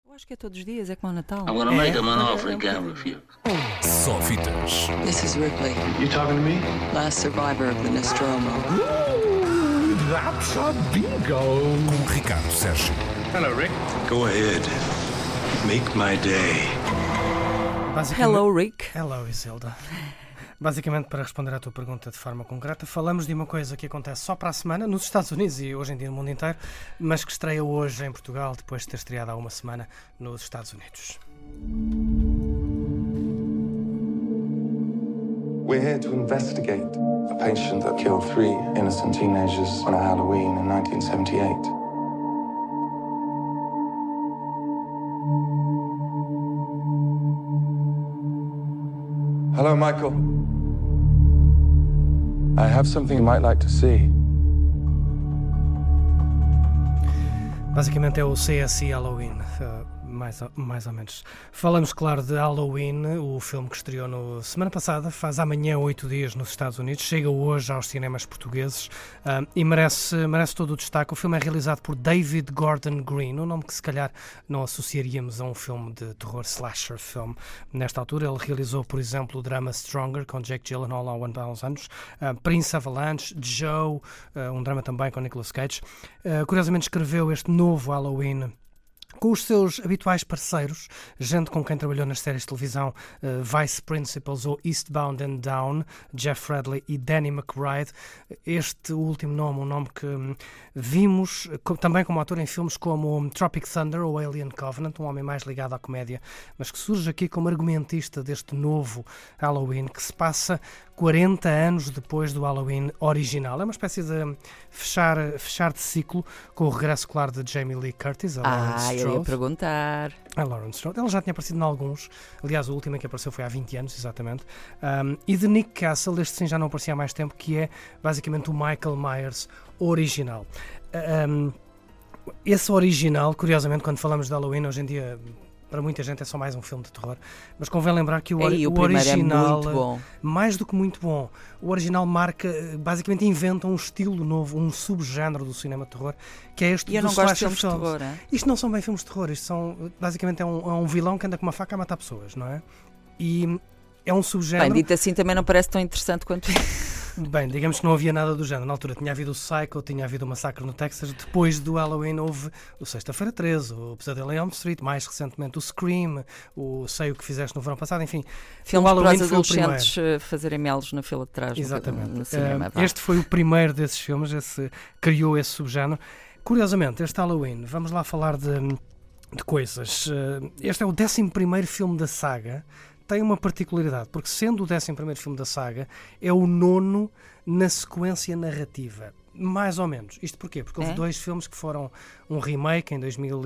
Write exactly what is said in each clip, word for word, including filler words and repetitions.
Eu acho que é todos os dias, é como o Natal. I'm gonna make him an offer he can't refuse. Só fitas. This is Ripley, You talking to me? last survivor of the Nostromo. Ooh, that's a bingo. Com Ricardo Sérgio. Hello, Rick. Go ahead. Make my day. Hello, Rick. Hello, Isilda. Basicamente, para responder à tua pergunta de forma concreta, falamos de uma coisa que acontece só para a semana nos Estados Unidos e hoje em dia no mundo inteiro, mas que estreia hoje em Portugal depois de ter estreado há uma semana nos Estados Unidos. We're here to investigate a patient that killed three innocent teenagers on a Halloween in nineteen seventy-eight. Hello, Michael. I have something you might like to see. Basicamente é o C S I Halloween, uh, mais, ou, mais ou menos. Falamos, claro, de Halloween, o filme que estreou no semana passada, faz amanhã oito dias nos Estados Unidos, chega hoje aos cinemas portugueses uh, e merece, merece todo o destaque. O filme é realizado por David Gordon Green, um nome que se calhar não associaríamos a um filme de terror slasher film. Nesta altura ele realizou, por exemplo, o drama Stronger, com Jake Gyllenhaal há uns anos, uh, Prince Avalanche, Joe, uh, um drama também com Nicolas Cage. Uh, curiosamente escreveu este novo Halloween com os seus habituais parceiros, gente com quem trabalhou nas séries de televisão uh, Vice Principals ou Eastbound and Down, Jeff Bradley e Danny McBride. Este último nome, um nome que um, vimos co- também como ator em filmes como Tropic Thunder ou Alien Covenant, um homem mais ligado à comédia, mas que surge aqui como argumentista deste novo Halloween, que se passa quarenta anos depois do Halloween original. É uma espécie de fechar, fechar de ciclo com o regresso, claro, de Jamie Lee Curtis, a Lawrence Ah, eu Strode. ia perguntar. A Lawrence Strode. Ela já tinha aparecido em alguns. Aliás, o último em que apareceu foi há vinte anos, exatamente. Um, e de Nick Castle, este sim já não aparecia há mais tempo, que é basicamente o Michael Myers original. Um, esse original, curiosamente, quando falamos de Halloween, hoje em dia, para muita gente é só mais um filme de terror, mas convém lembrar que o, Ei, o o primeiro original, é muito bom. mais do que muito bom, o original marca, basicamente inventa um estilo novo, um subgénero do cinema de terror, que é este E eu do não gosto de slasher filmes de films. terror, é? Isto não são bem filmes de terror, isto são, basicamente é um, é um vilão que anda com uma faca a matar pessoas, não é? E é um subgénero... Bem, dito assim também não parece tão interessante quanto Bem, digamos que não havia nada do género. Na altura tinha havido o Psycho, tinha havido o Massacre no Texas. Depois do Halloween houve o Sexta-feira treze, o Pesadelo em Elm Street, mais recentemente o Scream, o Sei o que Fizeste no verão passado, enfim. filmes o para Halloween os foi o adolescentes uh, fazerem melos na fila de trás no- Exatamente. no cinema. Uh, vá. este foi o primeiro desses filmes, esse, criou esse subgénero. Curiosamente, este Halloween, vamos lá falar de, de coisas. Uh, este é o décimo primeiro filme da saga. Tem uma particularidade, porque sendo o décimo primeiro filme da saga, é o nono na sequência narrativa. Mais ou menos. Isto porquê? Porque houve É? dois filmes que foram um remake em dois mil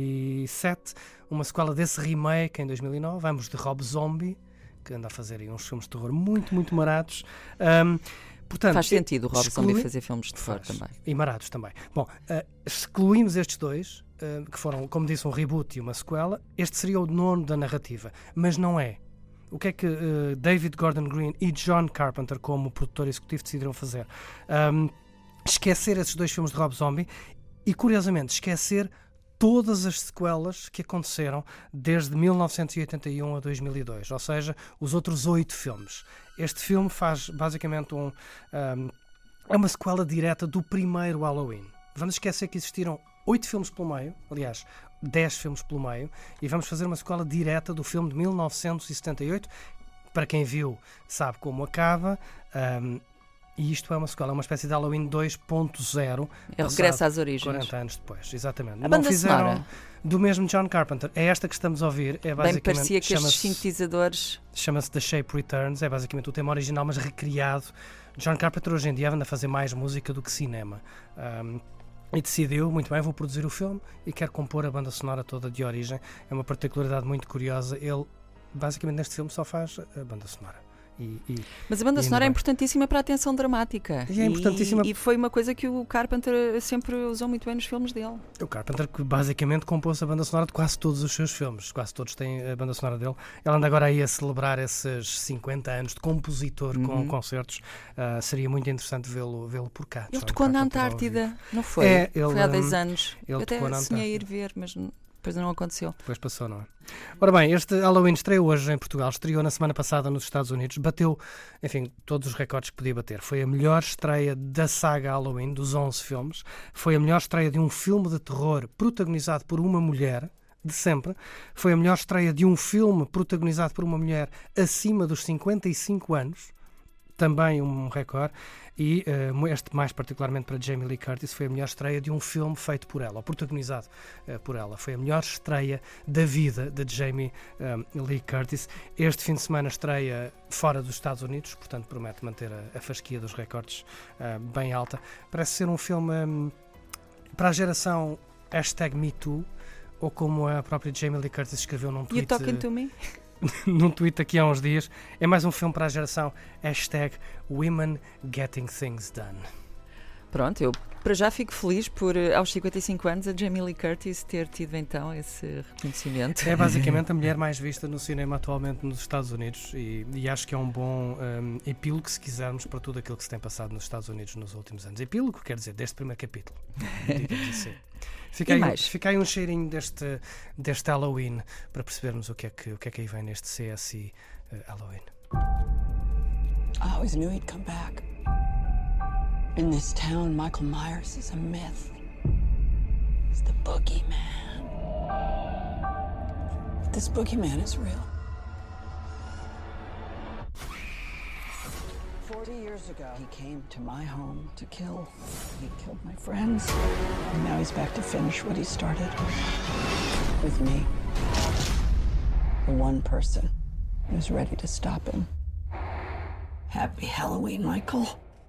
e sete, uma sequela desse remake em dois mil e nove, ambos de Rob Zombie, que anda a fazer aí uns filmes de terror muito, muito marados. Um, portanto, Faz sentido o Rob exclui- Zombie fazer filmes de terror Faz. também. E marados também. Bom, uh, excluímos estes dois, uh, que foram, como disse, um reboot e uma sequela. Este seria o nono da narrativa, mas não é. O que é que uh, David Gordon Green e John Carpenter, como produtor executivo, decidiram fazer? Um, esquecer esses dois filmes de Rob Zombie e, curiosamente, esquecer todas as sequelas que aconteceram desde mil novecentos e oitenta e um a dois mil e dois, ou seja, os outros oito filmes. Este filme faz basicamente um, um, é uma sequela direta do primeiro Halloween. Vamos esquecer que existiram oito filmes pelo meio, aliás, dez filmes pelo meio, e vamos fazer uma sequela direta do filme de mil novecentos e setenta e oito. Para quem viu, sabe como acaba. Um, e isto é uma sequela, é uma espécie de Halloween dois ponto zero. É o regresso às origens. quarenta anos depois, exatamente. A Não banda fizeram sonora? do mesmo John Carpenter. É esta que estamos a ouvir. É Bem, basicamente, parecia que estes chama-se, sintetizadores... chama-se The Shape Returns. É basicamente o tema original, mas recriado. John Carpenter hoje em dia anda a fazer mais música do que cinema. Um, E decidiu, muito bem, vou produzir o filme e quero compor a banda sonora toda de origem. É uma particularidade muito curiosa. Ele, basicamente, neste filme só faz a banda sonora. E, e, Mas a banda e sonora é ainda bem. importantíssima para a atenção dramática. E é importantíssima- E foi uma coisa que o Carpenter sempre usou muito bem nos filmes dele. O Carpenter, que basicamente compôs a banda sonora de quase todos os seus filmes. Quase todos têm a banda sonora dele. Ele anda agora aí a celebrar esses cinquenta anos de compositor Uhum. com concertos. Uh, seria muito interessante vê-lo, vê-lo por cá. Ele John tocou na Carpenter ao vivo. Antártida, não foi? É, ele, foi há dez hum, anos. ele Eu até tocou na sonhei ir Antártida. ver, mas n- Depois não aconteceu. Depois passou, não é? Ora bem, este Halloween estreou hoje em Portugal, estreou na semana passada nos Estados Unidos, bateu, enfim, todos os recordes que podia bater. Foi a melhor estreia da saga Halloween, dos onze filmes. Foi a melhor estreia de um filme de terror protagonizado por uma mulher, de sempre. Foi a melhor estreia de um filme protagonizado por uma mulher acima dos cinquenta e cinco anos. Também um recorde, e uh, este mais particularmente para Jamie Lee Curtis, foi a melhor estreia de um filme feito por ela, ou protagonizado uh, por ela. Foi a melhor estreia da vida de Jamie um, Lee Curtis. Este fim de semana estreia fora dos Estados Unidos, portanto promete manter a, a fasquia dos recordes uh, bem alta. Parece ser um filme um, para a geração hashtag MeToo, ou como a própria Jamie Lee Curtis escreveu num tweet... You talking to me? num tweet aqui há uns dias, é mais um filme para a geração hashtag Women Getting Things Done. Pronto, eu para já fico feliz por, aos cinquenta e cinco anos, a Jamie Lee Curtis ter tido então esse reconhecimento. É basicamente a mulher mais vista no cinema atualmente nos Estados Unidos, e, e acho que é um bom um, epílogo, se quisermos, para tudo aquilo que se tem passado nos Estados Unidos nos últimos anos. Epílogo quer dizer deste primeiro capítulo, digamos assim. Fica aí, fica aí um cheirinho deste, deste Halloween para percebermos o que é que, o que é que aí vem neste C S I uh, Halloween. I always knew he'd come back. In this town, Michael Myers is a myth. He's the boogeyman. But this boogeyman is real. Forty years ago, he came to my home to kill. He killed my friends, and now he's back to finish what he started. With me. The one person who's ready to stop him. Happy Halloween, Michael.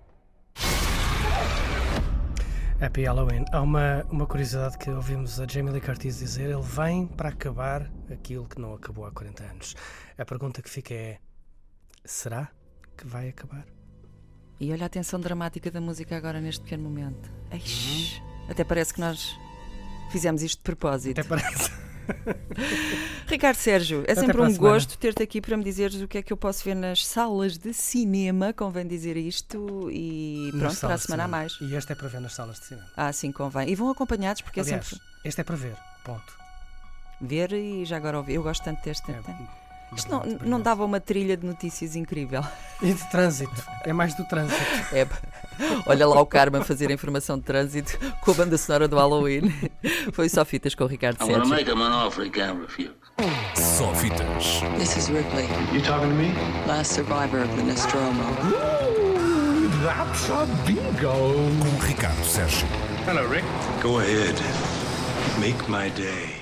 Happy Halloween. Há uma, uma curiosidade que ouvimos a Jamie Lee Curtis dizer: ele vem para acabar aquilo que não acabou há quarenta anos. A pergunta que fica é: será que vai acabar? E olha a tensão dramática da música agora neste pequeno momento. Eish, uhum. Até parece que nós fizemos isto de propósito. Até parece. Ricardo Sérgio, é Até sempre um semana. gosto ter-te aqui para me dizeres o que é que eu posso ver nas salas de cinema, convém dizer isto, e pronto, para a semana a mais. E este é para ver nas salas de cinema. Ah, sim, convém. E vão acompanhados, porque Aliás, é sempre... este é para ver, ponto. Ver e já agora ouvir. Eu gosto tanto deste... É, Isto não, brilhante. não dava uma trilha de notícias incrível. E de trânsito, é mais do trânsito. É, olha lá o Carmen a fazer a informação de trânsito com a banda sonora do Halloween. Foi só fitas com o Ricardo I'm gonna Sérgio. make him an offer he can't refuse. Só fitas. This is Ripley, You talking to me? last survivor of the Nostromo. Ooh, that's a bingo. Com Ricardo Sérgio. Hello, Rick. Go ahead. Make my day.